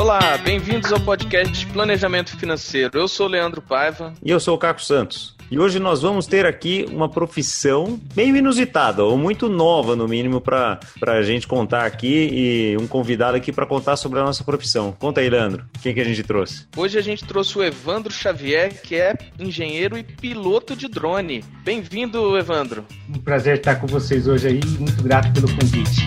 Olá, bem-vindos ao podcast Planejamento Financeiro. Eu sou o Leandro Paiva. E eu sou o Caco Santos. E hoje nós vamos ter aqui uma profissão meio inusitada, ou muito nova, no mínimo, para a gente contar aqui, e um convidado aqui para contar sobre a nossa profissão. Conta aí, Leandro, quem que a gente trouxe? Hoje a gente trouxe o Evandro Xavier, que é engenheiro e piloto de drone. Bem-vindo, Evandro. Um prazer estar com vocês hoje aí, muito grato pelo convite.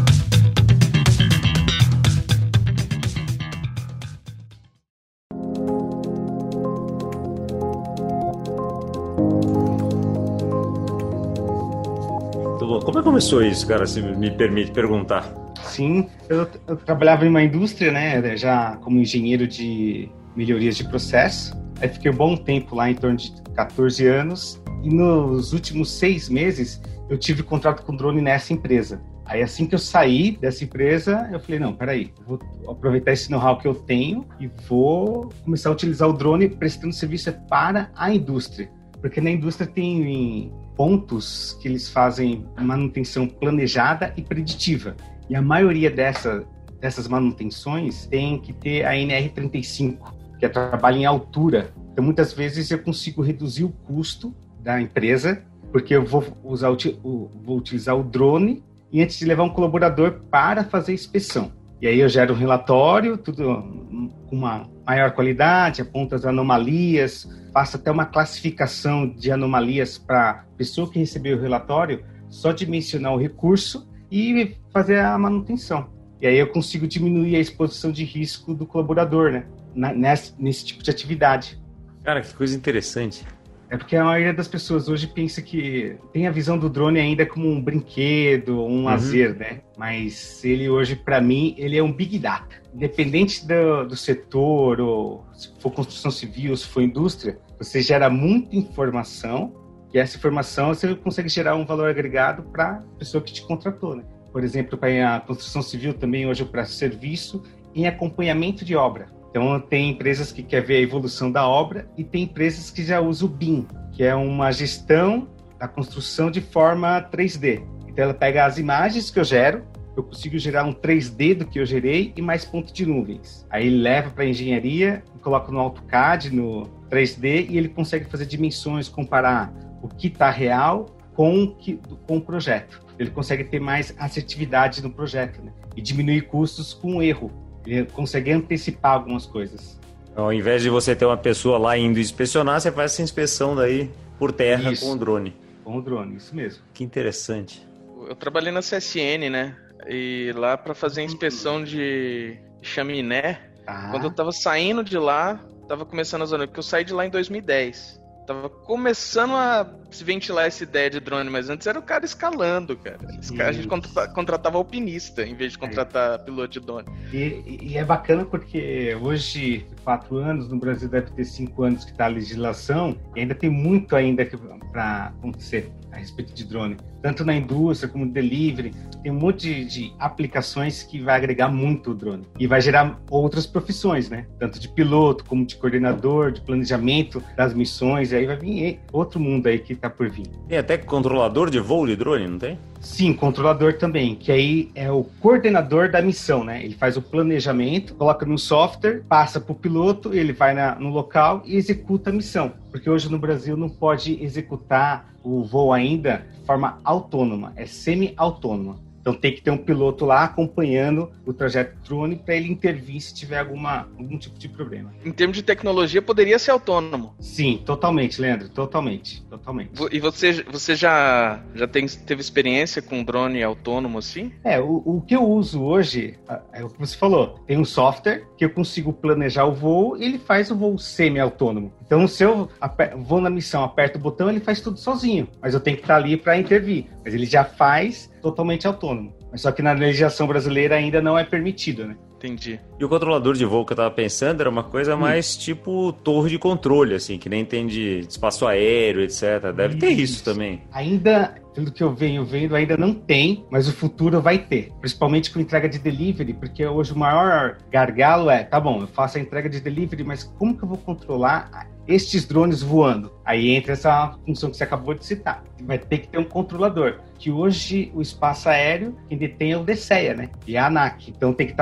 Como é que começou isso, cara, se me permite perguntar? Sim, eu trabalhava em uma indústria, né, já como engenheiro de melhorias de processo. Aí fiquei um bom tempo lá, em torno de 14 anos. E nos últimos 6 meses, eu tive contrato com drone nessa empresa. Aí assim que eu saí dessa empresa, eu falei, não, peraí, eu vou aproveitar esse know-how que eu tenho e vou começar a utilizar o drone prestando serviço para a indústria. Porque na indústria tem pontos que eles fazem manutenção planejada e preditiva. E a maioria dessas manutenções tem que ter a NR35, que é trabalho em altura. Então, muitas vezes eu consigo reduzir o custo da empresa, porque eu vou utilizar o drone e antes de levar um colaborador para fazer a inspeção. E aí eu gero um relatório, tudo com uma maior qualidade, aponto as anomalias, faço até uma classificação de anomalias para a pessoa que recebeu o relatório, só dimensionar o recurso e fazer a manutenção. E aí eu consigo diminuir a exposição de risco do colaborador, né? Nesse tipo de atividade. Cara, que coisa interessante. É porque a maioria das pessoas hoje pensa que tem a visão do drone ainda como um brinquedo, um lazer, né? Mas ele hoje, para mim, ele é um Big Data. Independente do setor, ou se for construção civil, se for indústria, você gera muita informação e essa informação você consegue gerar um valor agregado para a pessoa que te contratou, né? Por exemplo, para a construção civil também hoje eu presto serviço em acompanhamento de obra. Então, tem empresas que querem ver a evolução da obra e tem empresas que já usam o BIM, que é uma gestão da construção de forma 3D. Então, ela pega as imagens que eu gero, eu consigo gerar um 3D do que eu gerei e mais ponto de nuvens. Aí ele leva para a engenharia, coloca no AutoCAD, no 3D, e ele consegue fazer dimensões, comparar o que está real com o projeto. Ele consegue ter mais assertividade no projeto, né? E diminuir custos com erro. Ele consegue antecipar algumas coisas. Ao invés de você ter uma pessoa lá indo inspecionar, você faz essa inspeção daí por terra com o drone. Com o drone, isso mesmo. Que interessante. Eu trabalhei na CSN, né? E lá para fazer a inspeção de chaminé, quando eu tava saindo de lá, tava começando a zona, porque eu saí de lá em 2010. Tava começando a se ventilar essa ideia de drone, mas antes era o cara escalando, cara. A gente contratava alpinista em vez de contratar piloto de drone. E é bacana porque hoje, 4 anos, no Brasil deve ter 5 anos que está a legislação, e ainda tem muito ainda para acontecer a respeito de drone. Tanto na indústria como no delivery, tem um monte de aplicações que vai agregar muito o drone. E vai gerar outras profissões, né? Tanto de piloto, como de coordenador, de planejamento das missões, e aí vai vir outro mundo aí que tá por vir. Tem até controlador de voo de drone, não tem? Sim, controlador também, que aí é o coordenador da missão, né? Ele faz o planejamento, coloca no software, passa para o piloto, ele vai no local e executa a missão. Porque hoje no Brasil não pode executar o voo ainda de forma autônoma, é semi-autônoma. Então tem que ter um piloto lá acompanhando o trajeto drone para ele intervir se tiver algum tipo de problema. Em termos de tecnologia, poderia ser autônomo? Sim, totalmente, Leandro, totalmente. E você já teve experiência com drone autônomo assim? O que eu uso hoje, é o que você falou, tem um software que eu consigo planejar o voo e ele faz o voo semi-autônomo. Então se eu vou na missão, aperto o botão, ele faz tudo sozinho, mas eu tenho que estar ali para intervir. Mas ele já faz totalmente autônomo. Mas só que na legislação brasileira ainda não é permitido, né? Entendi. E o controlador de voo que eu tava pensando era uma coisa mais tipo torre de controle, assim, que nem tem de espaço aéreo, etc. Deve ter isso também. Ainda, pelo que eu venho vendo, ainda não tem, mas o futuro vai ter. Principalmente com entrega de delivery, porque hoje o maior gargalo tá bom, eu faço a entrega de delivery, mas como que eu vou controlar estes drones voando? Aí entra essa função que você acabou de citar. Vai ter que ter um controlador, que hoje o espaço aéreo quem detém é o DCEA, né? E a ANAC. Então tem que estar muito bem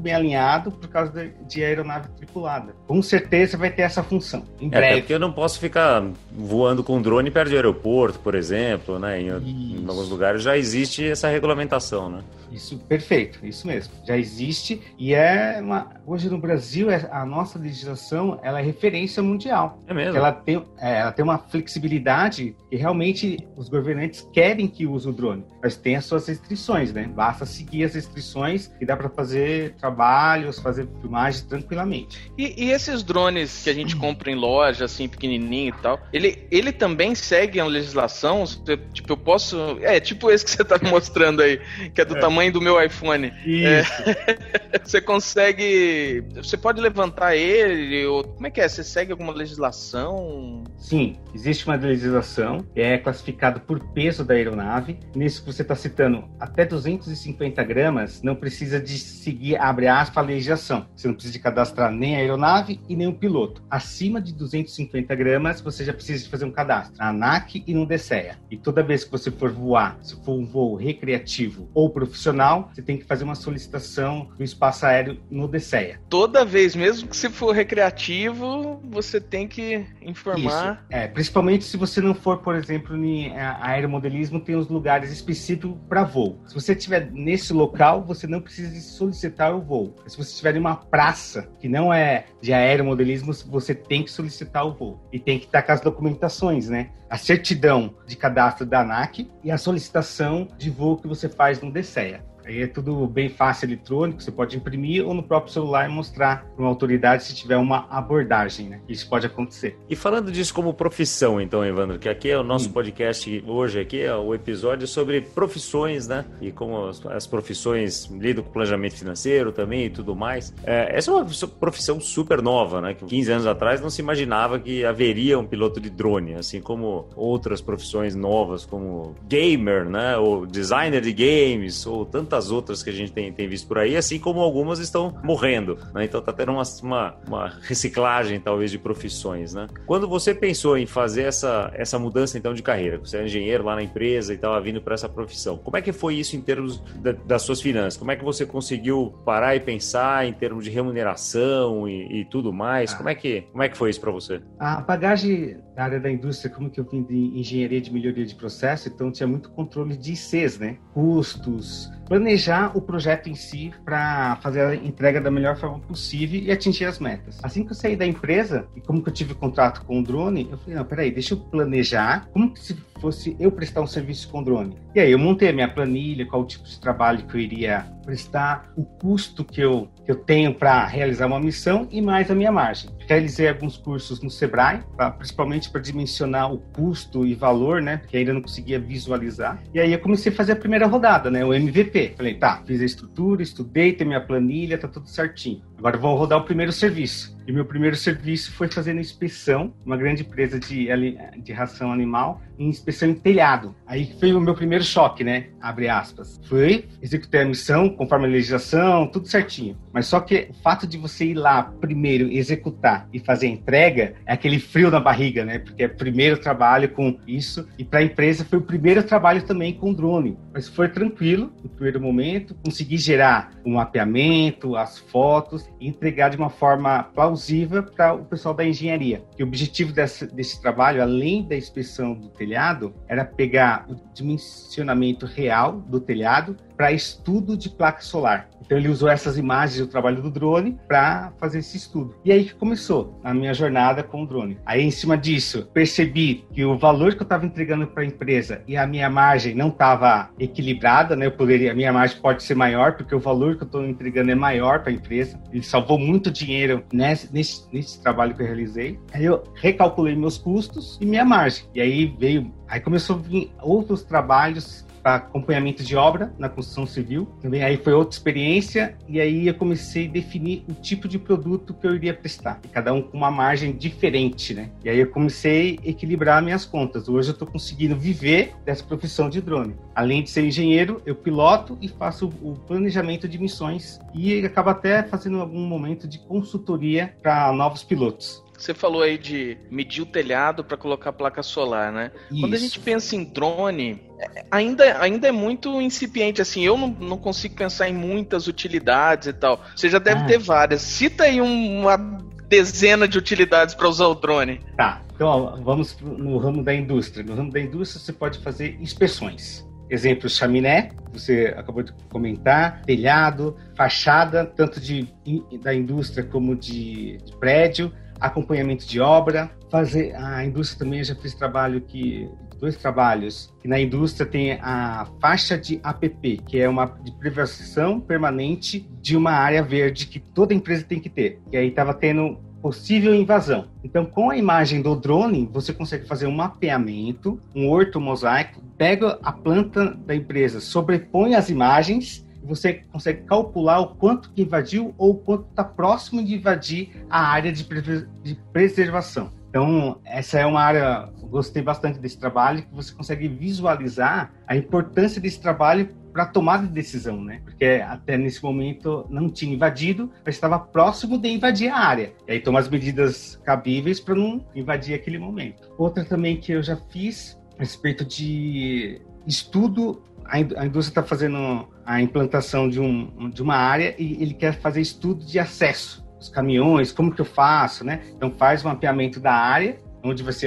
bem alinhado por causa de aeronave tripulada. Com certeza vai ter essa função, em breve. Até porque eu não posso ficar voando com drone perto do aeroporto, por exemplo, né? Em alguns lugares já existe essa regulamentação, né? Isso, perfeito, isso mesmo. Já existe e hoje no Brasil a nossa legislação ela é referência mundial. É mesmo? Ela tem uma flexibilidade que realmente os governantes querem que use o drone, mas tem as suas restrições, né? Basta seguir as restrições e dá para fazer trabalhos, fazer filmagens tranquilamente. E esses drones que a gente compra em loja, assim, pequenininho e tal, ele também segue a legislação? Tipo, eu posso... tipo esse que você tá me mostrando aí, que é do tamanho do meu iPhone. Isso. Você consegue... Você pode levantar ele? Ou como é que é? Você segue alguma legislação? Sim, existe uma legislação que é classificado por peso da aeronave. Nisso que você está citando, até 250 gramas, não precisa de seguir, abre aspas, a legislação. Você não precisa de cadastrar nem a aeronave e nem o piloto. Acima de 250 gramas, você já precisa de fazer um cadastro na ANAC e no DSEA. E toda vez que você for voar, se for um voo recreativo ou profissional, você tem que fazer uma solicitação do espaço aéreo no DSEA. Toda vez, mesmo que se for recreativo, você tem que informar. Isso. Principalmente se você não for, por exemplo, em aeromodelismo, tem os lugares específicos para voo. Se você estiver nesse local, você não precisa de solicitar o voo. Se você estiver em uma praça que não é de aeromodelismo, você tem que solicitar o voo. E tem que estar com as documentações, né? A certidão de cadastro da ANAC e a solicitação de voo que você faz no DSEA. Aí é tudo bem fácil, eletrônico, você pode imprimir ou no próprio celular e mostrar para uma autoridade se tiver uma abordagem, né? Isso pode acontecer. E falando disso como profissão, então, Evandro, que aqui é o nosso podcast hoje, aqui é o episódio sobre profissões, né? E como as profissões lidam com planejamento financeiro também e tudo mais. Essa é uma profissão super nova, né? Que 15 anos atrás não se imaginava que haveria um piloto de drone, assim como outras profissões novas, como gamer, né? Ou designer de games, ou tantas outras que a gente tem visto por aí, assim como algumas estão morrendo, né? Então tá tendo uma reciclagem talvez de profissões, né? Quando você pensou em fazer essa mudança então de carreira, você é engenheiro lá na empresa e estava vindo para essa profissão, como é que foi isso em termos das suas finanças? Como é que você conseguiu parar e pensar em termos de remuneração e tudo mais? Como é que foi isso para você? A bagagem da área da indústria, como que eu vim de engenharia de melhoria de processo, então tinha muito controle de ICs, né? Custos, planejar o projeto em si para fazer a entrega da melhor forma possível e atingir as metas. Assim que eu saí da empresa, e como que eu tive contato com o drone, eu falei, não, peraí, deixa eu planejar como que se fosse eu prestar um serviço com drone. E aí eu montei a minha planilha, qual o tipo de trabalho que eu iria prestar, o custo que eu tenho para realizar uma missão e mais a minha margem. Realizei alguns cursos no Sebrae, principalmente para dimensionar o custo e valor, né, porque ainda não conseguia visualizar. E aí eu comecei a fazer a primeira rodada, né, o MVP. Falei, tá, fiz a estrutura, estudei, tenho minha planilha, tá tudo certinho. Agora vou rodar o primeiro serviço. E meu primeiro serviço foi fazendo inspeção, uma grande empresa de ração animal, em inspeção em telhado. Aí foi o meu primeiro choque, né? Abre aspas. Fui, executei a missão conforme a legislação, tudo certinho. Mas só que o fato de você ir lá primeiro executar e fazer a entrega é aquele frio na barriga, né? Porque é o primeiro trabalho com isso. E para a empresa foi o primeiro trabalho também com drone. Mas foi tranquilo no primeiro momento. Consegui gerar o mapeamento, as fotos e entregar de uma forma plausível para o pessoal da engenharia. E o objetivo desse trabalho, além da inspeção do telhado, era pegar o dimensionamento real do telhado para estudo de placa solar. Então ele usou essas imagens do trabalho do drone para fazer esse estudo. E aí que começou a minha jornada com o drone. Aí em cima disso, percebi que o valor que eu estava entregando para a empresa e a minha margem não estava equilibrada, né? A minha margem pode ser maior, porque o valor que eu estou entregando é maior para a empresa. Ele salvou muito dinheiro nesse trabalho que eu realizei. Aí eu recalculei meus custos e minha margem. E aí começou a vir outros trabalhos para acompanhamento de obra na construção civil. Também aí foi outra experiência e aí eu comecei a definir o tipo de produto que eu iria prestar. E cada um com uma margem diferente, né? E aí eu comecei a equilibrar minhas contas. Hoje eu estou conseguindo viver dessa profissão de drone. Além de ser engenheiro, eu piloto e faço o planejamento de missões e acabo até fazendo algum momento de consultoria para novos pilotos. Você falou aí de medir o telhado para colocar placa solar, né? Isso. Quando a gente pensa em drone, ainda é muito incipiente, assim, eu não consigo pensar em muitas utilidades e tal. Você já deve ter várias. Cita aí uma dezena de utilidades para usar o drone. Tá, então ó, vamos no ramo da indústria. No ramo da indústria você pode fazer inspeções. Exemplo, chaminé, você acabou de comentar, telhado, fachada, tanto da indústria como de prédio, acompanhamento de obra. A indústria também já fez dois trabalhos, que na indústria tem a faixa de APP, que é uma de prevenção permanente de uma área verde que toda empresa tem que ter. E aí estava tendo possível invasão. Então, com a imagem do drone, você consegue fazer um mapeamento, um ortomosaico, pega a planta da empresa, sobrepõe as imagens, e você consegue calcular o quanto que invadiu ou o quanto está próximo de invadir a área de preservação. Então, essa é uma área, eu gostei bastante desse trabalho, que você consegue visualizar a importância desse trabalho para a tomada de decisão, né? Porque até nesse momento não tinha invadido, mas estava próximo de invadir a área. E aí toma as medidas cabíveis para não invadir aquele momento. Outra também que eu já fiz a respeito de estudo, a indústria está fazendo a implantação de uma área e ele quer fazer estudo de acesso. Os caminhões, como que eu faço, né? Então faz o mapeamento da área, onde vai ser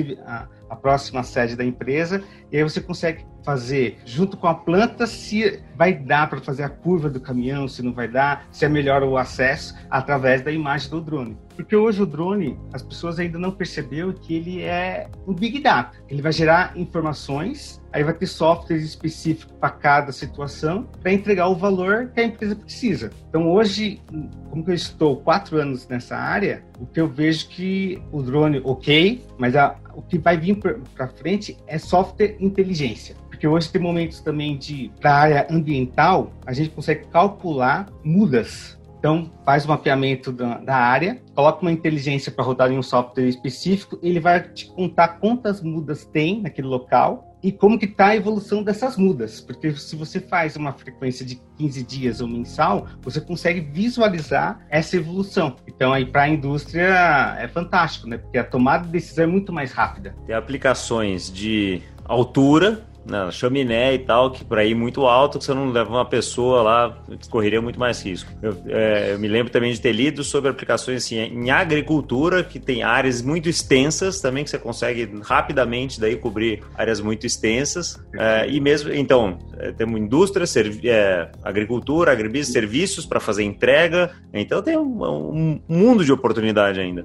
a próxima sede da empresa, e aí você consegue fazer, junto com a planta, se vai dar para fazer a curva do caminhão, se não vai dar, se é melhor o acesso, através da imagem do drone. Porque hoje o drone, as pessoas ainda não perceberam que ele é um Big Data. Ele vai gerar informações, aí vai ter software específico para cada situação, para entregar o valor que a empresa precisa. Então hoje, como que eu estou 4 anos nessa área, o que eu vejo que o drone, ok, mas o que vai vir para frente é software inteligência. Porque hoje tem momentos também para a área ambiental, a gente consegue calcular mudas. Então, faz o mapeamento da área, coloca uma inteligência para rodar em um software específico, ele vai te contar quantas mudas tem naquele local e como que está a evolução dessas mudas. Porque se você faz uma frequência de 15 dias ou mensal, você consegue visualizar essa evolução. Então, aí para a indústria é fantástico, né? Porque a tomada de decisão é muito mais rápida. Tem aplicações de altura, chaminé e tal, que por aí muito alto, que você não leva uma pessoa lá, correria muito mais risco. Eu me lembro também de ter lido sobre aplicações assim, em agricultura, que tem áreas muito extensas também, que você consegue rapidamente daí cobrir áreas muito extensas. E mesmo, então, temos indústria, agricultura, agribusiness, serviços para fazer entrega. Então tem um mundo de oportunidade ainda.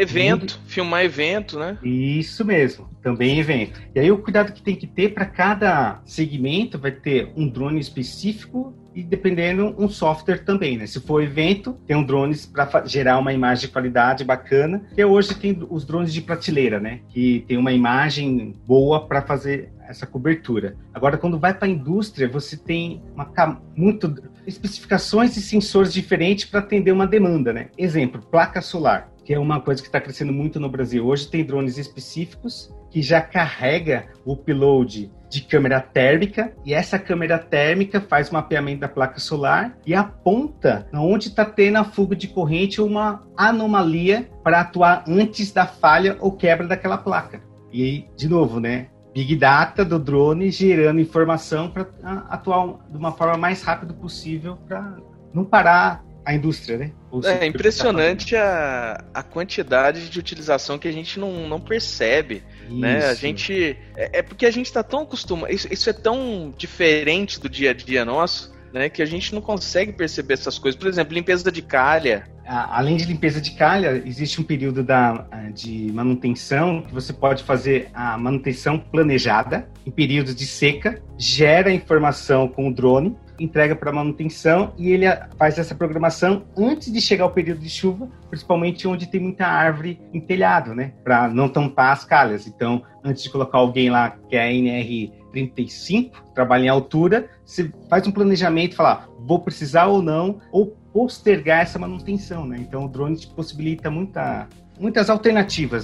Filmar evento, né? Isso mesmo, também evento. E aí o cuidado que tem que ter para cada segmento vai ter um drone específico e, dependendo, um software também, né? Se for evento, tem um drones para gerar uma imagem de qualidade bacana, que hoje tem os drones de prateleira, né? Que tem uma imagem boa para fazer essa cobertura. Agora, quando vai para a indústria, você tem especificações e sensores diferentes para atender uma demanda, né? Exemplo, placa solar, que é uma coisa que está crescendo muito no Brasil. Hoje tem drones específicos que já carrega o upload de câmera térmica, e essa câmera térmica faz mapeamento da placa solar e aponta onde está tendo a fuga de corrente ou uma anomalia para atuar antes da falha ou quebra daquela placa. E aí, de novo, né? Big Data do drone gerando informação para atuar de uma forma mais rápida possível para não parar a indústria, né? É impressionante a quantidade de utilização que a gente não percebe, né? A gente é porque a gente está tão acostumado, isso é tão diferente do dia a dia nosso, né? Que a gente não consegue perceber essas coisas. Por exemplo, limpeza de calha. Além de limpeza de calha, existe um período de manutenção que você pode fazer a manutenção planejada em períodos de seca, gera informação com o drone, entrega para manutenção e ele faz essa programação antes de chegar o período de chuva, principalmente onde tem muita árvore em telhado, né? Para não tampar as calhas. Então, antes de colocar alguém lá que é a NR35, trabalha em altura, você faz um planejamento, falar, vou precisar ou não, ou postergar essa manutenção, né? Então, o drone te possibilita muitas alternativas, né?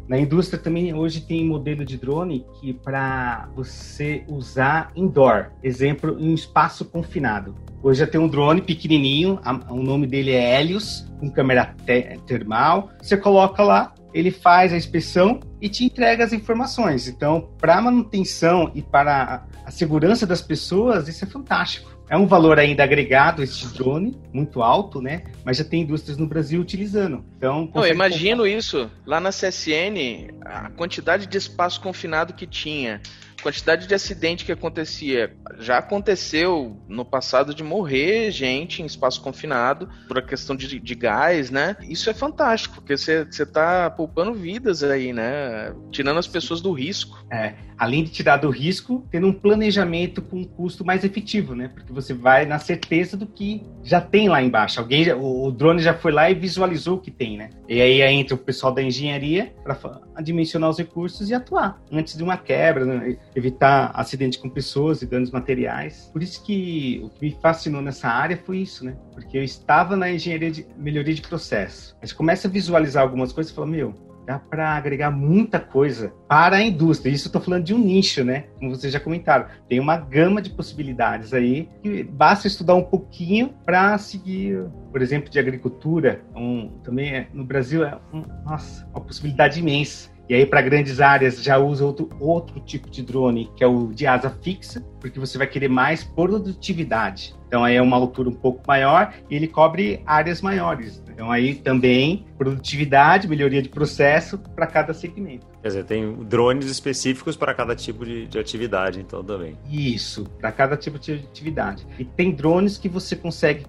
Na indústria também hoje tem modelo de drone que para você usar indoor, exemplo, em um espaço confinado. Hoje já tem um drone pequenininho, o nome dele é Helios, com câmera termal. Você coloca lá, ele faz a inspeção e te entrega as informações. Então, para a manutenção e para a segurança das pessoas, isso é fantástico. É um valor ainda agregado, esse drone, muito alto, né? Mas já tem indústrias no Brasil utilizando. Então, eu imagino isso. Lá na CSN, a quantidade de espaço confinado que tinha, quantidade de acidente que acontecia. Já aconteceu no passado de morrer gente em espaço confinado por a questão de gás, né? Isso é fantástico, porque você tá poupando vidas aí, né? Tirando as pessoas do risco. Além de tirar do risco, tendo um planejamento com um custo mais efetivo, né? Porque você vai na certeza do que já tem lá embaixo. O drone já foi lá e visualizou o que tem, né? E aí entra o pessoal da engenharia para dimensionar os recursos e atuar antes de uma quebra, né? Evitar acidente com pessoas e danos materiais. Por isso que o que me fascinou nessa área foi isso, né? Porque eu estava na engenharia de melhoria de processo. A gente começa a visualizar algumas coisas e fala, dá para agregar muita coisa para a indústria. Isso eu estou falando de um nicho, né? Como vocês já comentaram. Tem uma gama de possibilidades aí que basta estudar um pouquinho para seguir, por exemplo, de agricultura. Também no Brasil é uma possibilidade imensa. E aí, para grandes áreas, já usa outro tipo de drone, que é o de asa fixa, porque você vai querer mais produtividade. Então, aí é uma altura um pouco maior e ele cobre áreas maiores. Então, aí também produtividade, melhoria de processo para cada segmento. Quer dizer, tem drones específicos para cada tipo de atividade, então, também. Isso, para cada tipo de atividade. E tem drones que você consegue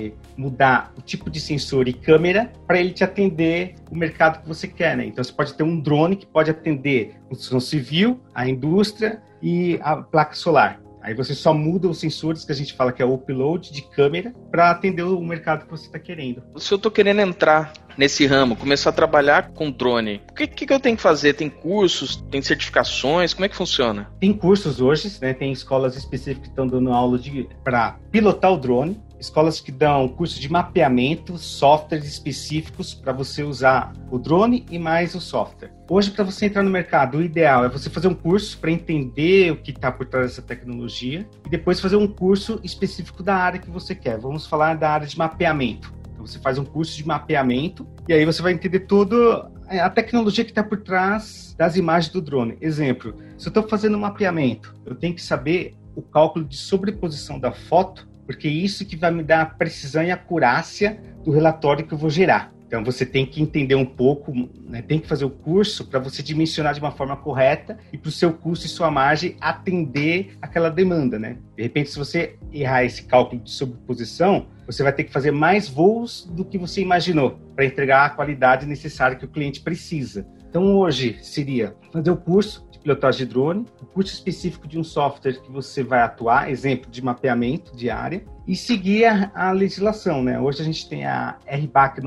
mudar o tipo de sensor e câmera para ele te atender o mercado que você quer, né? Então, você pode ter um drone que pode atender a construção civil, a indústria e a placa solar. Aí você só muda os sensores, que a gente fala que é o upload de câmera, para atender o mercado que você está querendo. Se eu estou querendo entrar nesse ramo, começar a trabalhar com drone, o que eu tenho que fazer? Tem cursos, tem certificações? Como é que funciona? Tem cursos hoje, né? Tem escolas específicas que estão dando aula para pilotar o drone. Escolas que dão curso de mapeamento, softwares específicos para você usar o drone e mais o software. Hoje, para você entrar no mercado, o ideal é você fazer um curso para entender o que está por trás dessa tecnologia e depois fazer um curso específico da área que você quer. Vamos falar da área de mapeamento. Então, você faz um curso de mapeamento e aí você vai entender toda a tecnologia que está por trás das imagens do drone. Exemplo, se eu estou fazendo um mapeamento, eu tenho que saber o cálculo de sobreposição da foto, porque é isso que vai me dar a precisão e a acurácia do relatório que eu vou gerar. Então, você tem que entender um pouco, né, tem que fazer o curso para você dimensionar de uma forma correta e para o seu custo e sua margem atender aquela demanda, né? De repente, se você errar esse cálculo de sobreposição, você vai ter que fazer mais voos do que você imaginou para entregar a qualidade necessária que o cliente precisa. Então, hoje seria fazer o curso de pilotagem de drone, o curso específico de um software que você vai atuar, exemplo de mapeamento de área, e seguir a legislação, né? Hoje a gente tem a RBAC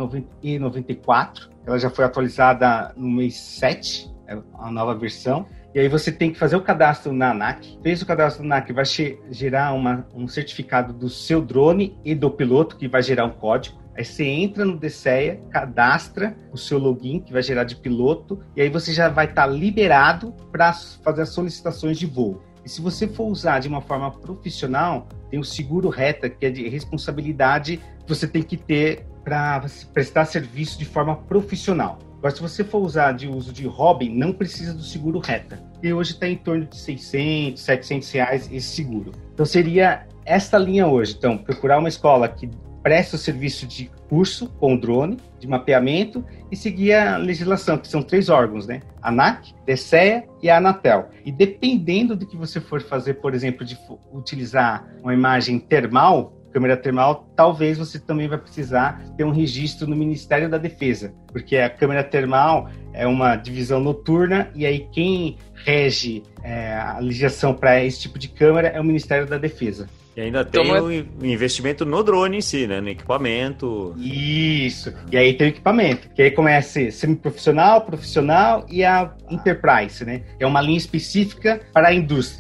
E94, ela já foi atualizada no mês 7, é a nova versão, e aí você tem que fazer o cadastro na ANAC. Fez o cadastro na ANAC, vai gerar um certificado do seu drone e do piloto, que vai gerar um código. Aí você entra no DCEA, cadastra o seu login, que vai gerar de piloto, e aí você já vai estar liberado para fazer as solicitações de voo. E se você for usar de uma forma profissional, tem o seguro reta, que é de responsabilidade que você tem que ter para prestar serviço de forma profissional. Agora, se você for usar de uso de hobby, não precisa do seguro reta. E hoje está em torno de 600, 700 reais esse seguro. Então, seria esta linha hoje. Então, procurar uma escola que presta o serviço de curso com drone, de mapeamento, e seguir a legislação, que são 3 órgãos, né? ANAC, DCEA e a Anatel. E dependendo do que você for fazer, por exemplo, de utilizar uma imagem termal, câmera termal, talvez você também vai precisar ter um registro no Ministério da Defesa, porque a câmera termal é uma divisão noturna e aí quem rege a legislação para esse tipo de câmera é o Ministério da Defesa. E ainda tem o investimento no drone em si, né? No equipamento. Isso. E aí tem o equipamento, que aí começa a ser semi-profissional, profissional e a Enterprise, né? É uma linha específica para a indústria.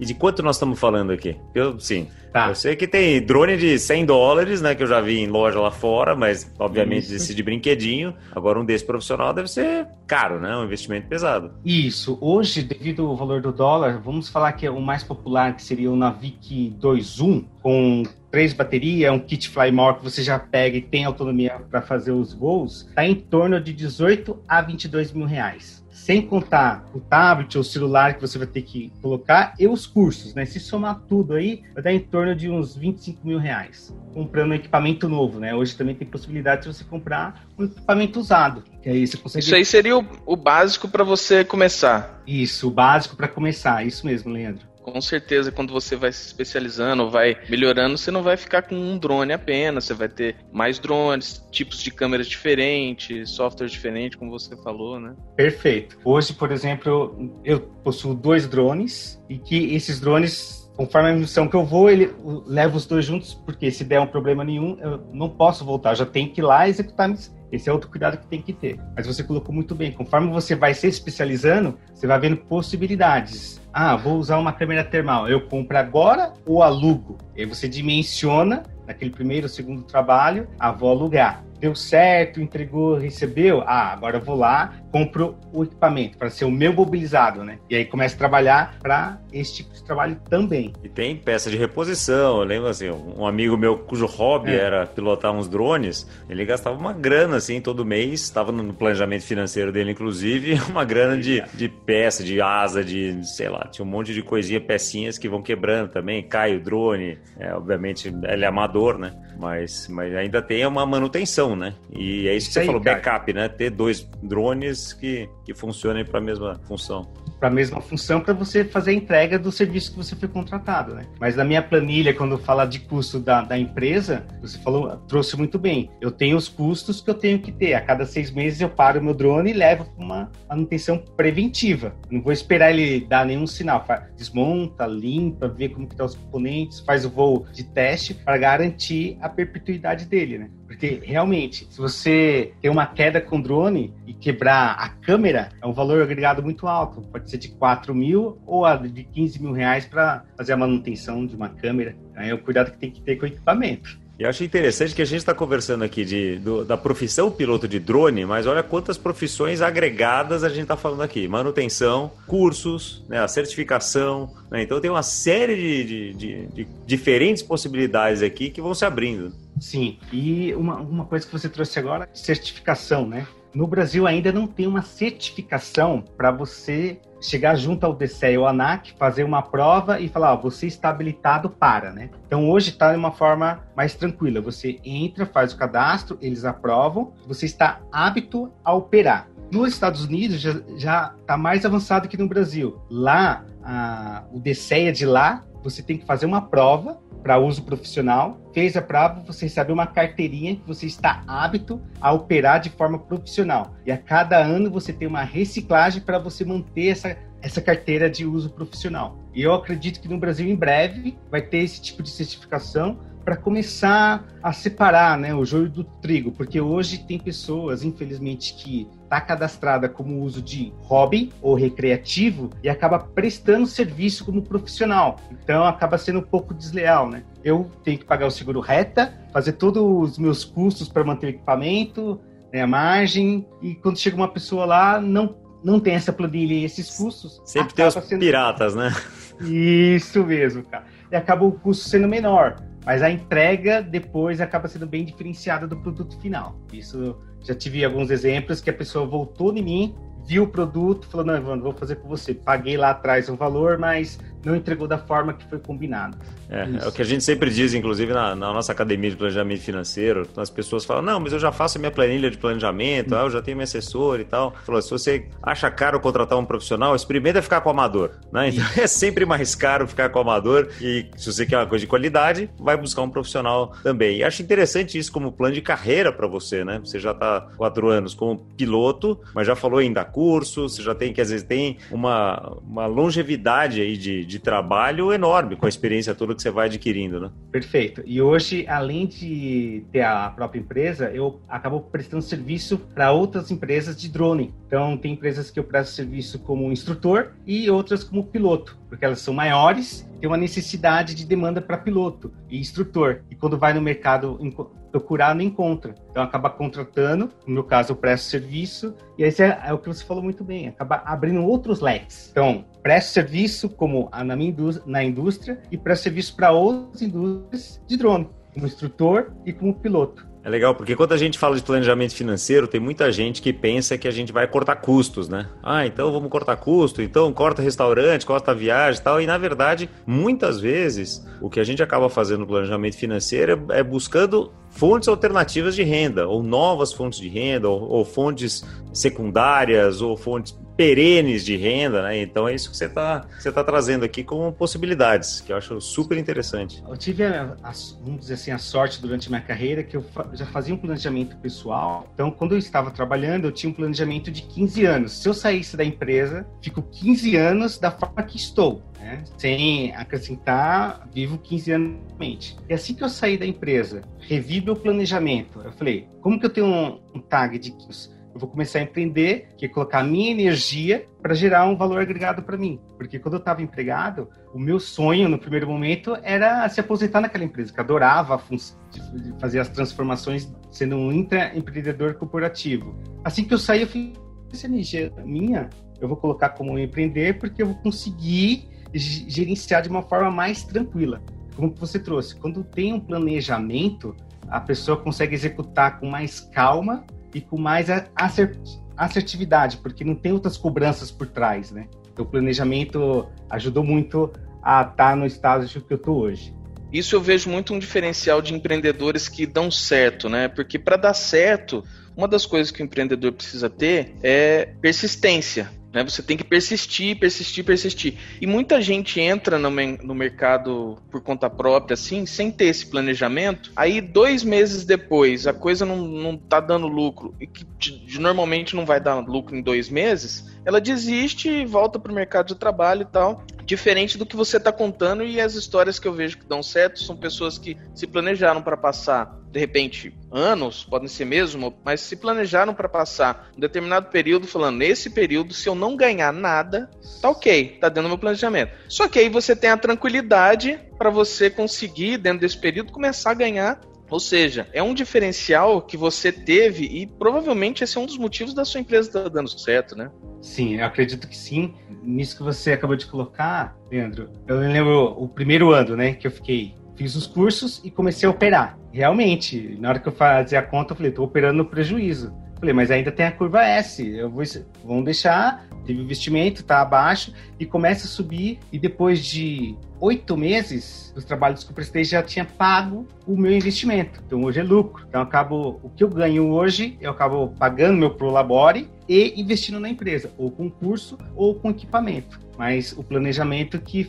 E de quanto nós estamos falando aqui? Eu sei que tem drone de $100, né, que eu já vi em loja lá fora, mas obviamente esse de brinquedinho. Agora um desse profissional deve ser caro, né, um investimento pesado. Isso. Hoje, devido ao valor do dólar, vamos falar que é o mais popular, que seria o Navic 2.1, com 3 baterias, um kit Flymore que você já pega e tem autonomia para fazer os voos, está em torno de 18 a 22 mil reais. Sem contar o tablet ou celular que você vai ter que colocar e os cursos, né? Se somar tudo aí, vai dar em torno de uns 25 mil reais. Comprando um equipamento novo, né? Hoje também tem possibilidade de você comprar um equipamento usado. Que aí você consegue... Isso aí seria o básico para você começar. Isso, o básico para começar. Isso mesmo, Leandro. Com certeza, quando você vai se especializando, vai melhorando, você não vai ficar com um drone apenas, você vai ter mais drones, tipos de câmeras diferentes, software diferente, como você falou, né? Perfeito. Hoje, por exemplo, eu possuo 2 drones e que esses drones, conforme a missão que eu vou, ele leva os 2 juntos, porque se der um problema nenhum, eu não posso voltar, eu já tenho que ir lá executar missão. Esse é outro cuidado que tem que ter. Mas você colocou muito bem. Conforme você vai se especializando, você vai vendo possibilidades. Vou usar uma câmera termal. Eu compro agora ou alugo? E aí você dimensiona, naquele primeiro ou segundo trabalho, vou alugar. Deu certo, entregou, recebeu? Agora eu vou lá, compro o equipamento para ser o meu mobilizado, né? E aí começo a trabalhar para esse tipo de trabalho também. E tem peça de reposição. Eu lembro assim, um amigo meu cujo hobby era pilotar uns drones, ele gastava uma grana assim todo mês, estava no planejamento financeiro dele inclusive, uma grana de peça, de asa, de sei lá, tinha um monte de coisinha, pecinhas que vão quebrando também, cai o drone, obviamente ele é amador, né? Mas ainda tem uma manutenção, né? E é isso que você falou, backup, né? Ter 2 drones que funcionem para a mesma função. Para a mesma função, para você fazer a entrega do serviço que você foi contratado, né? Mas na minha planilha, quando fala de custo da empresa, você trouxe muito bem. Eu tenho os custos que eu tenho que ter. A cada 6 meses eu paro o meu drone e levo para uma manutenção preventiva. Não vou esperar ele dar nenhum sinal. Desmonta, limpa, vê como que estão os componentes, faz o voo de teste para garantir a perpetuidade dele, né? Porque, realmente, se você tem uma queda com drone e quebrar a câmera, é um valor agregado muito alto. Pode ser de 4 mil ou de 15 mil reais para fazer a manutenção de uma câmera. É o cuidado que tem que ter com o equipamento. E eu acho interessante que a gente está conversando aqui da profissão piloto de drone, mas olha quantas profissões agregadas a gente está falando aqui. Manutenção, cursos, né, a certificação. Né? Então tem uma série de diferentes possibilidades aqui que vão se abrindo. Sim, e uma coisa que você trouxe agora, certificação, né? No Brasil ainda não tem uma certificação para você chegar junto ao DSEA ou ANAC, fazer uma prova e falar, você está habilitado para, né? Então hoje está de uma forma mais tranquila. Você entra, faz o cadastro, eles aprovam, você está apto a operar. Nos Estados Unidos já está mais avançado que no Brasil. Lá, o DSEA de lá, você tem que fazer uma prova para uso profissional. Fez a prova, você recebe uma carteirinha que você está apto a operar de forma profissional. E a cada ano você tem uma reciclagem para você manter essa carteira de uso profissional. E eu acredito que no Brasil, em breve, vai ter esse tipo de certificação para começar a separar, né, o joio do trigo, porque hoje tem pessoas, infelizmente, que está cadastrada como uso de hobby ou recreativo e acaba prestando serviço como profissional. Então, acaba sendo um pouco desleal, né? Eu tenho que pagar o seguro reta, fazer todos os meus custos para manter o equipamento, né, a margem, e quando chega uma pessoa lá, não tem essa planilha e esses custos. Sempre tem os piratas, né? Isso mesmo, cara. E acaba o custo sendo menor. Mas a entrega depois acaba sendo bem diferenciada do produto final. Isso, já tive alguns exemplos que a pessoa voltou em mim, viu o produto, falou, não, Evandro, vou fazer com você. Paguei lá atrás um valor, mas não entregou da forma que foi combinado. É o que a gente sempre diz, inclusive, na nossa academia de planejamento financeiro. As pessoas falam, não, mas eu já faço a minha planilha de planejamento, eu já tenho meu assessor e tal. Falou, se você acha caro contratar um profissional, experimenta ficar com o amador, né? Então é sempre mais caro ficar com o amador, e se você quer uma coisa de qualidade, vai buscar um profissional também. E acho interessante isso como plano de carreira para você, né? Você já está 4 anos como piloto, mas já falou em dar curso, você já tem, que às vezes tem uma longevidade aí de trabalho enorme com a experiência toda que você vai adquirindo, né? Perfeito. E hoje, além de ter a própria empresa, eu acabo prestando serviço para outras empresas de drone. Então, tem empresas que eu presto serviço como instrutor e outras como piloto. porque elas são maiores, tem uma necessidade de demanda para piloto e instrutor. E quando vai no mercado procurar, não encontra. Então acaba contratando, no meu caso eu presto serviço, e aí é o que você falou muito bem, acaba abrindo outros leques. Então, presto serviço como na indústria e presto serviço para outras indústrias de drone, como instrutor e como piloto. É legal, porque quando a gente fala de planejamento financeiro, tem muita gente que pensa que a gente vai cortar custos, né? Então vamos cortar custo, então corta restaurante, corta viagem e tal. E, na verdade, muitas vezes, o que a gente acaba fazendo no planejamento financeiro é buscando fontes alternativas de renda, ou novas fontes de renda, ou fontes secundárias, ou fontes perenes de renda, né? Então é isso que você tá trazendo aqui como possibilidades, que eu acho super interessante. Eu tive, vamos dizer assim, a sorte durante minha carreira que eu já fazia um planejamento pessoal. Então, quando eu estava trabalhando, eu tinha um planejamento de 15 anos. Se eu saísse da empresa, fico 15 anos da forma que estou, né? Sem acrescentar, vivo 15 anos. E assim que eu saí da empresa, revi meu planejamento. Eu falei, como que eu tenho um tag de 15? Eu vou começar a empreender, que é colocar a minha energia para gerar um valor agregado para mim. Porque quando eu estava empregado, o meu sonho, no primeiro momento, era se aposentar naquela empresa, que eu adorava fazer as transformações sendo um intraempreendedor corporativo. Assim que eu saí, eu fiz essa energia minha, eu vou colocar como empreender, porque eu vou conseguir gerenciar de uma forma mais tranquila. Como você trouxe, quando tem um planejamento, a pessoa consegue executar com mais calma e com mais assertividade, porque não tem outras cobranças por trás, né? Então, o planejamento ajudou muito a estar no estágio que eu estou hoje. Isso eu vejo muito um diferencial de empreendedores que dão certo, né? Porque para dar certo, uma das coisas que o empreendedor precisa ter é persistência. Né? Você tem que persistir. E muita gente entra no mercado por conta própria, assim, sem ter esse planejamento. Aí, 2 meses depois, a coisa não tá dando lucro, e que normalmente não vai dar lucro em 2 meses, ela desiste e volta pro mercado de trabalho e tal. Diferente do que você está contando, e as histórias que eu vejo que dão certo são pessoas que se planejaram para passar, de repente, anos, podem ser mesmo, mas se planejaram para passar um determinado período, falando, nesse período, se eu não ganhar nada, tá ok, tá dentro do meu planejamento. Só que aí você tem a tranquilidade para você conseguir, dentro desse período, começar a ganhar. Ou seja, é um diferencial que você teve e provavelmente esse é um dos motivos da sua empresa estar dando certo, né? Sim, eu acredito que sim. Nisso que você acabou de colocar, Leandro, eu lembro o primeiro ano, né, que eu fiz os cursos e comecei a operar. Realmente, na hora que eu fazia a conta, eu falei, tô operando no prejuízo. Falei, mas ainda tem a curva S, vamos deixar, teve investimento, tá abaixo, e começa a subir, e depois de 8 meses, os trabalhos que eu prestei já tinha pago o meu investimento. Então hoje é lucro. Então o que eu ganho hoje, eu acabo pagando meu Prolabore e investindo na empresa, ou com curso ou com equipamento. Mas o planejamento que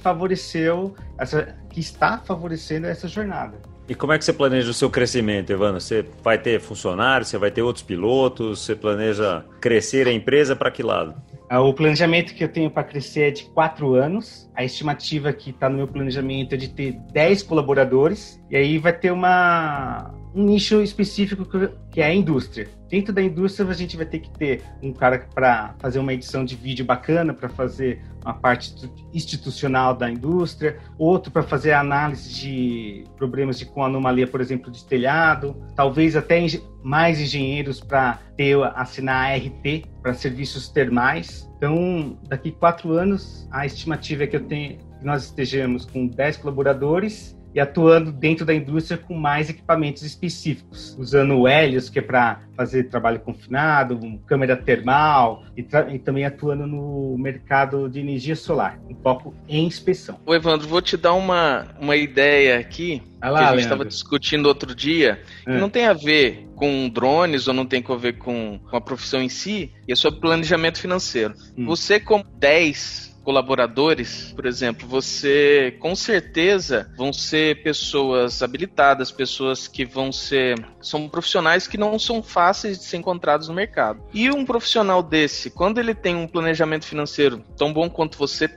está favorecendo essa jornada. E como é que você planeja o seu crescimento, Evandro? Você vai ter funcionários, você vai ter outros pilotos, você planeja crescer a empresa para que lado? O planejamento que eu tenho para crescer é de 4 anos. A estimativa que está no meu planejamento é de ter 10 colaboradores. E aí vai ter um nicho específico que é a indústria. Dentro da indústria, a gente vai ter que ter um cara para fazer uma edição de vídeo bacana, para fazer uma parte institucional da indústria, outro para fazer a análise de problemas com anomalia, por exemplo, de telhado, talvez até mais engenheiros para assinar a ART para serviços termais. Então, daqui 4 anos, a estimativa é que nós estejamos com 10 colaboradores e atuando dentro da indústria com mais equipamentos específicos, usando o Helios, que é para fazer trabalho confinado, câmera termal, e também atuando no mercado de energia solar, um foco em inspeção. Ô Evandro, vou te dar uma ideia aqui, que a gente estava discutindo outro dia, que não tem a ver com drones ou não tem a ver com a profissão em si, e é sobre planejamento financeiro. Você, como 10 colaboradores, por exemplo, você com certeza vão ser pessoas habilitadas, pessoas que são profissionais que não são fáceis de ser encontrados no mercado. E um profissional desse, quando ele tem um planejamento financeiro tão bom quanto você tem,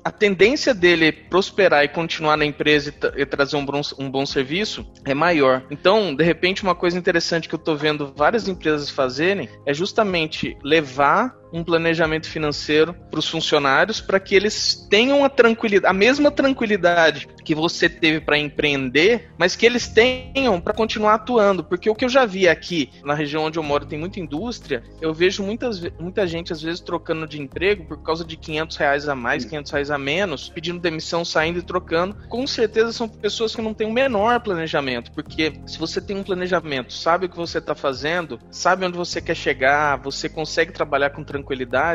a tendência dele prosperar e continuar na empresa e trazer um bom serviço é maior. Então, de repente, uma coisa interessante que eu tô vendo várias empresas fazerem é justamente levar um planejamento financeiro para os funcionários, para que eles tenham a mesma tranquilidade que você teve para empreender, mas que eles tenham para continuar atuando. Porque o que eu já vi aqui, na região onde eu moro, tem muita indústria, eu vejo muita gente, às vezes, trocando de emprego por causa de R$500 a mais, R$500 a menos, pedindo demissão, saindo e trocando. Com certeza são pessoas que não têm o menor planejamento, porque se você tem um planejamento, sabe o que você está fazendo, sabe onde você quer chegar, você consegue trabalhar com tranquilidade,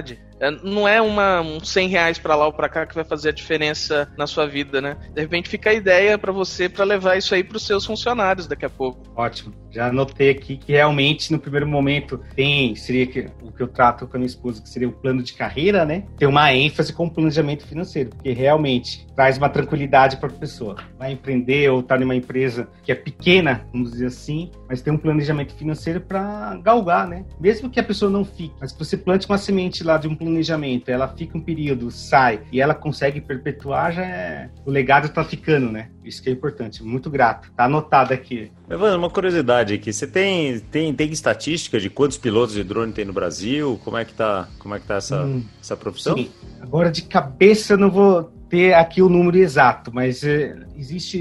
não é uns R$100 para lá ou para cá que vai fazer a diferença na sua vida, né? De repente fica a ideia para você para levar isso aí para os seus funcionários daqui a pouco. Ótimo. Já anotei aqui que realmente no primeiro momento seria o que eu trato com a minha esposa, que seria o plano de carreira, né? Ter uma ênfase com o planejamento financeiro, porque realmente traz uma tranquilidade para a pessoa. Vai empreender ou estar numa empresa que é pequena, vamos dizer assim, mas tem um planejamento financeiro para galgar, né? Mesmo que a pessoa não fique, mas se você plante uma semente lá de um planejamento, ela fica um período, sai e ela consegue perpetuar, o legado está ficando, né? Isso que é importante, muito grato. Tá anotado aqui. Evandro, uma curiosidade aqui, você tem estatística de quantos pilotos de drone tem no Brasil? Como é que tá essa profissão? Sim, agora de cabeça eu não vou ter aqui o número exato, mas existe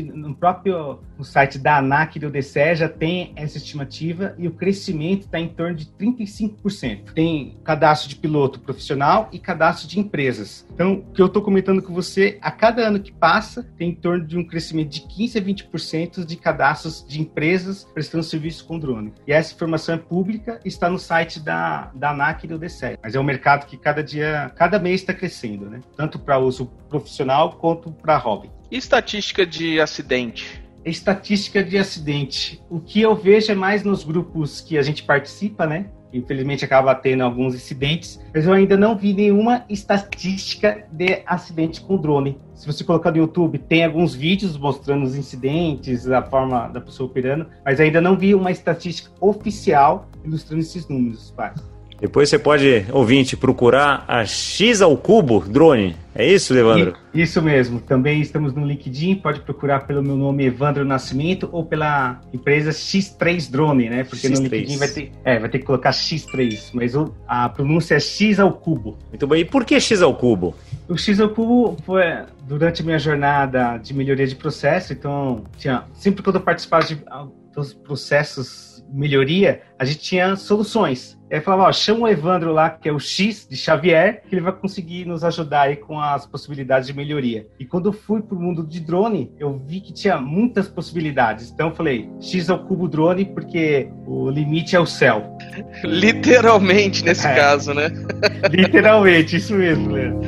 no site da ANAC e do DCE já tem essa estimativa e o crescimento está em torno de 35%. Tem cadastro de piloto profissional e cadastro de empresas. Então, o que eu estou comentando com você, a cada ano que passa, tem em torno de um crescimento de 15% a 20% de cadastros de empresas prestando serviço com drone. E essa informação é pública e está no site da ANAC e do DCE. Mas é um mercado que cada mês está crescendo, né? Tanto para uso profissional quanto para hobby. E estatística de acidente? Estatística de acidente. O que eu vejo é mais nos grupos que a gente participa, né? Infelizmente acaba tendo alguns incidentes, mas eu ainda não vi nenhuma estatística de acidente com drone. Se você colocar no YouTube, tem alguns vídeos mostrando os incidentes, a forma da pessoa operando, mas ainda não vi uma estatística oficial ilustrando esses números, pai. Depois você pode, ouvinte, procurar a X ao Cubo Drone. É isso, Evandro? Isso mesmo. Também estamos no LinkedIn. Pode procurar pelo meu nome, Evandro Nascimento, ou pela empresa X3 Drone, né? Porque X3. No LinkedIn vai ter que colocar X3, mas a pronúncia é X ao Cubo. Muito bem. E por que X ao Cubo? O X ao Cubo foi durante a minha jornada de melhoria de processo. Então, sempre quando eu participava dos processos de melhoria, a gente tinha soluções. Aí falava, chama o Evandro lá, que é o X de Xavier, que ele vai conseguir nos ajudar aí com as possibilidades de melhoria. E quando eu fui pro mundo de drone, eu vi que tinha muitas possibilidades. Então eu falei, X ao Cubo Drone, porque o limite é o céu. Literalmente nesse caso, né? Literalmente, isso mesmo, Leandro.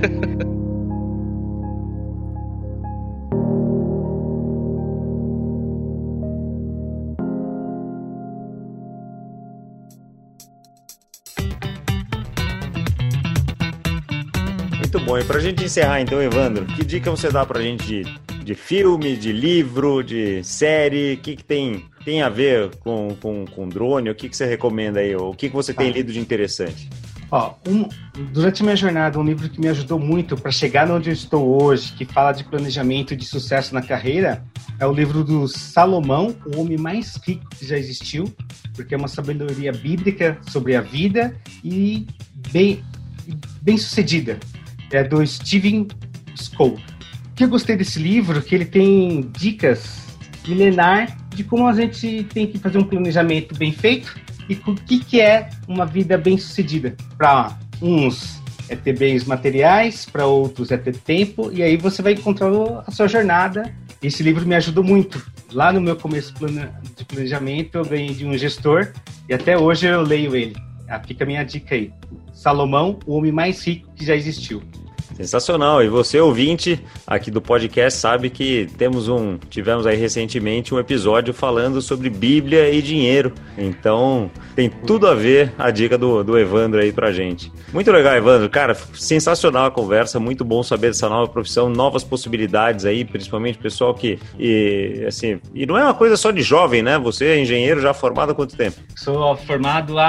Muito bom. E pra gente encerrar então, Evandro, que dica você dá pra gente de filme, de livro, de série? O que tem a ver com drone? O que você recomenda aí? O que você tem lido de interessante? Durante a minha jornada, um livro que me ajudou muito para chegar onde eu estou hoje, que fala de planejamento e de sucesso na carreira, é o livro do Salomão, o homem mais rico que já existiu, porque é uma sabedoria bíblica sobre a vida e bem sucedida. É do Stephen Skoll. O que eu gostei desse livro é que ele tem dicas milenar de como a gente tem que fazer um planejamento bem feito e o que é uma vida bem sucedida. Para uns é ter bens materiais, para outros é ter tempo, e aí você vai encontrar a sua jornada. Esse livro me ajudou muito. Lá no meu começo de planejamento, eu ganhei de um gestor e até hoje eu leio ele. Fica a minha dica aí. Salomão, o homem mais rico que já existiu. Sensacional. E você, ouvinte aqui do podcast, sabe que tivemos aí recentemente um episódio falando sobre Bíblia e dinheiro. Então, tem tudo a ver a dica do Evandro aí pra gente. Muito legal, Evandro. Cara, sensacional a conversa. Muito bom saber dessa nova profissão, novas possibilidades aí, principalmente pessoal e não é uma coisa só de jovem, né? Você é engenheiro já formado há quanto tempo? Sou formado há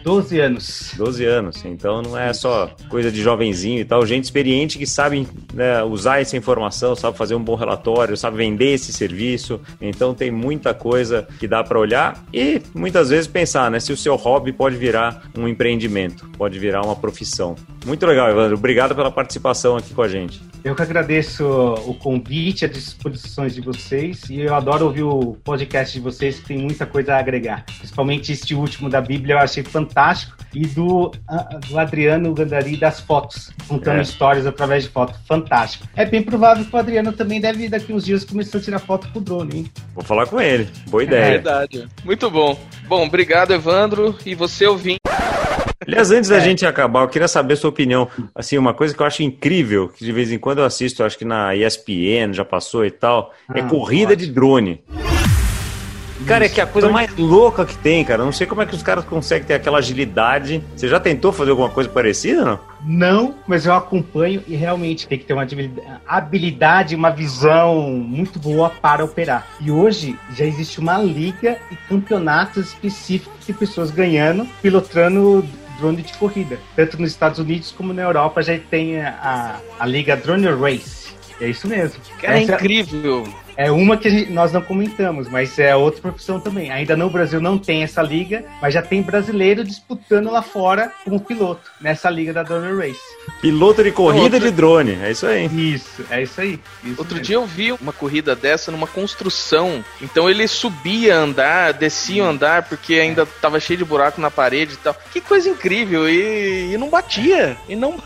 12 anos. 12 anos. Então não é só coisa de jovenzinho e tal. Gente experiente que sabe, né, usar essa informação, sabe fazer um bom relatório, sabe vender esse serviço. Então tem muita coisa que dá para olhar e muitas vezes pensar, né, se o seu hobby pode virar um empreendimento, pode virar uma profissão. Muito legal, Evandro. Obrigado pela participação aqui com a gente. Eu que agradeço o convite, as disposições de vocês, e eu adoro ouvir o podcast de vocês, que tem muita coisa a agregar. Principalmente este último da Bíblia, eu achei fantástico, e do Adriano Gandari das fotos, contando histórias através de foto. Fantástico. É bem provável que o Adriano também deve, daqui uns dias, começar a tirar foto com o drone, hein? Vou falar com ele. Boa ideia. É verdade. Muito bom. Bom, obrigado, Evandro, e você ouvinte. Aliás, antes da gente acabar, eu queria saber a sua opinião. Assim, uma coisa que eu acho incrível, que de vez em quando eu assisto, eu acho que na ESPN já passou e tal, é corrida de drone. Cara, é que é a coisa mais louca que tem, cara. Eu não sei como é que os caras conseguem ter aquela agilidade. Você já tentou fazer alguma coisa parecida, não? Não, mas eu acompanho e realmente tem que ter uma habilidade, uma visão muito boa para operar. E hoje já existe uma liga e campeonatos específicos de pessoas ganhando, pilotando drone de corrida. Tanto nos Estados Unidos como na Europa já tem a liga Drone Race. É isso mesmo. Cara, é incrível. É uma que nós não comentamos, mas é outra profissão também. Ainda no Brasil não tem essa liga, mas já tem brasileiro disputando lá fora como piloto, nessa liga da Drone Race. Piloto de corrida de drone, é isso aí. Isso, é isso aí. Outro dia eu vi uma corrida dessa numa construção. Então ele subia andar, descia andar, porque ainda tava cheio de buraco na parede e tal. Que coisa incrível, e não batia,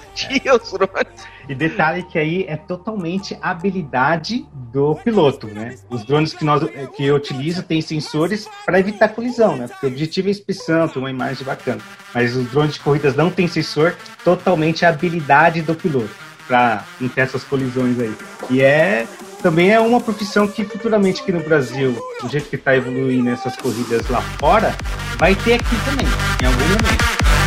os drones. E detalhe que aí é totalmente a habilidade do piloto, né? Os drones que eu utilizo têm sensores para evitar colisão, né? Porque o objetivo é inspeção, ter uma imagem bacana. Mas os drones de corridas não têm sensor, totalmente a habilidade do piloto para não ter essas colisões aí. E também é uma profissão que futuramente aqui no Brasil, do jeito que está evoluindo essas corridas lá fora, vai ter aqui também, em algum momento.